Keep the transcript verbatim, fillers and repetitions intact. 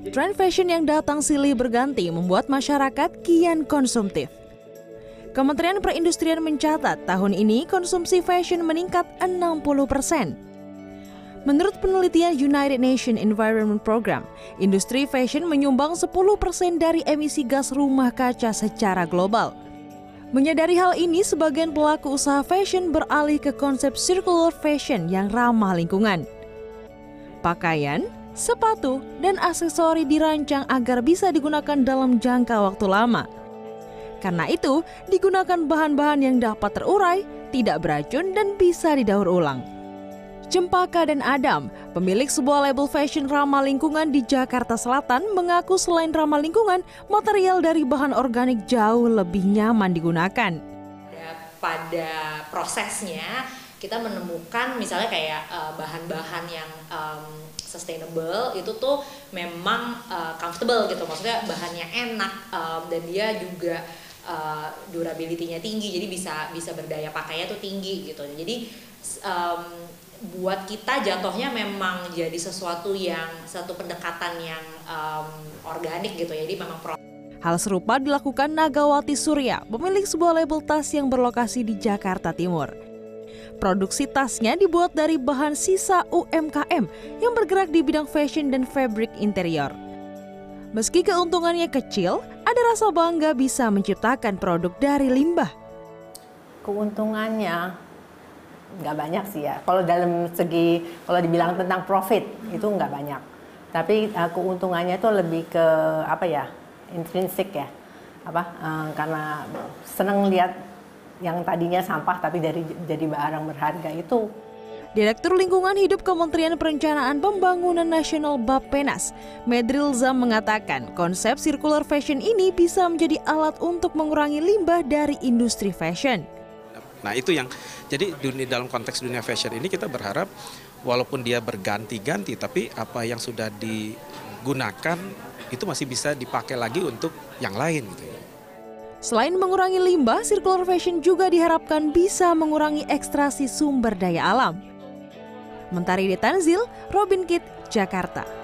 Tren fashion yang datang silih berganti membuat masyarakat kian konsumtif. Kementerian Perindustrian mencatat tahun ini konsumsi fashion meningkat enam puluh persen. Menurut penelitian United Nations Environment Program, industri fashion menyumbang sepuluh persen dari emisi gas rumah kaca secara global. Menyadari hal ini, sebagian pelaku usaha fashion beralih ke konsep circular fashion yang ramah lingkungan. Pakaian, sepatu, dan aksesori dirancang agar bisa digunakan dalam jangka waktu lama. Karena itu, digunakan bahan-bahan yang dapat terurai, tidak beracun, dan bisa didaur ulang. Cempaka dan Adam, pemilik sebuah label fashion ramah lingkungan di Jakarta Selatan, mengaku selain ramah lingkungan, material dari bahan organik jauh lebih nyaman digunakan. Pada prosesnya, kita menemukan misalnya kayak uh, bahan-bahan yang um, sustainable itu tuh memang uh, comfortable gitu, maksudnya bahannya enak um, dan dia juga uh, durability-nya tinggi, jadi bisa bisa berdaya pakainya tuh tinggi gitu. Jadi um, buat kita jatuhnya memang jadi sesuatu yang satu pendekatan yang um, organik gitu, jadi memang pro. Hal serupa dilakukan Nagawati Surya, pemilik sebuah label tas yang berlokasi di Jakarta Timur. Produksi tasnya dibuat dari bahan sisa U M K M yang bergerak di bidang fashion dan fabric interior. Meski keuntungannya kecil, ada rasa bangga bisa menciptakan produk dari limbah. Keuntungannya nggak banyak sih ya. Kalau dalam segi, kalau dibilang tentang profit, itu nggak banyak. Tapi uh, keuntungannya itu lebih ke apa ya, intrinsik ya. Apa? Uh, karena seneng lihat yang tadinya sampah tapi dari jadi barang berharga itu. Direktur Lingkungan Hidup Kementerian Perencanaan Pembangunan Nasional Bappenas, Medril Zam mengatakan konsep circular fashion ini bisa menjadi alat untuk mengurangi limbah dari industri fashion. Nah itu yang, jadi dunia, dalam konteks dunia fashion ini kita berharap walaupun dia berganti-ganti, tapi apa yang sudah digunakan itu masih bisa dipakai lagi untuk yang lain gitu. Selain mengurangi limbah, circular fashion juga diharapkan bisa mengurangi ekstraksi sumber daya alam. Mentari Detanzil, Robin Kitt, Jakarta.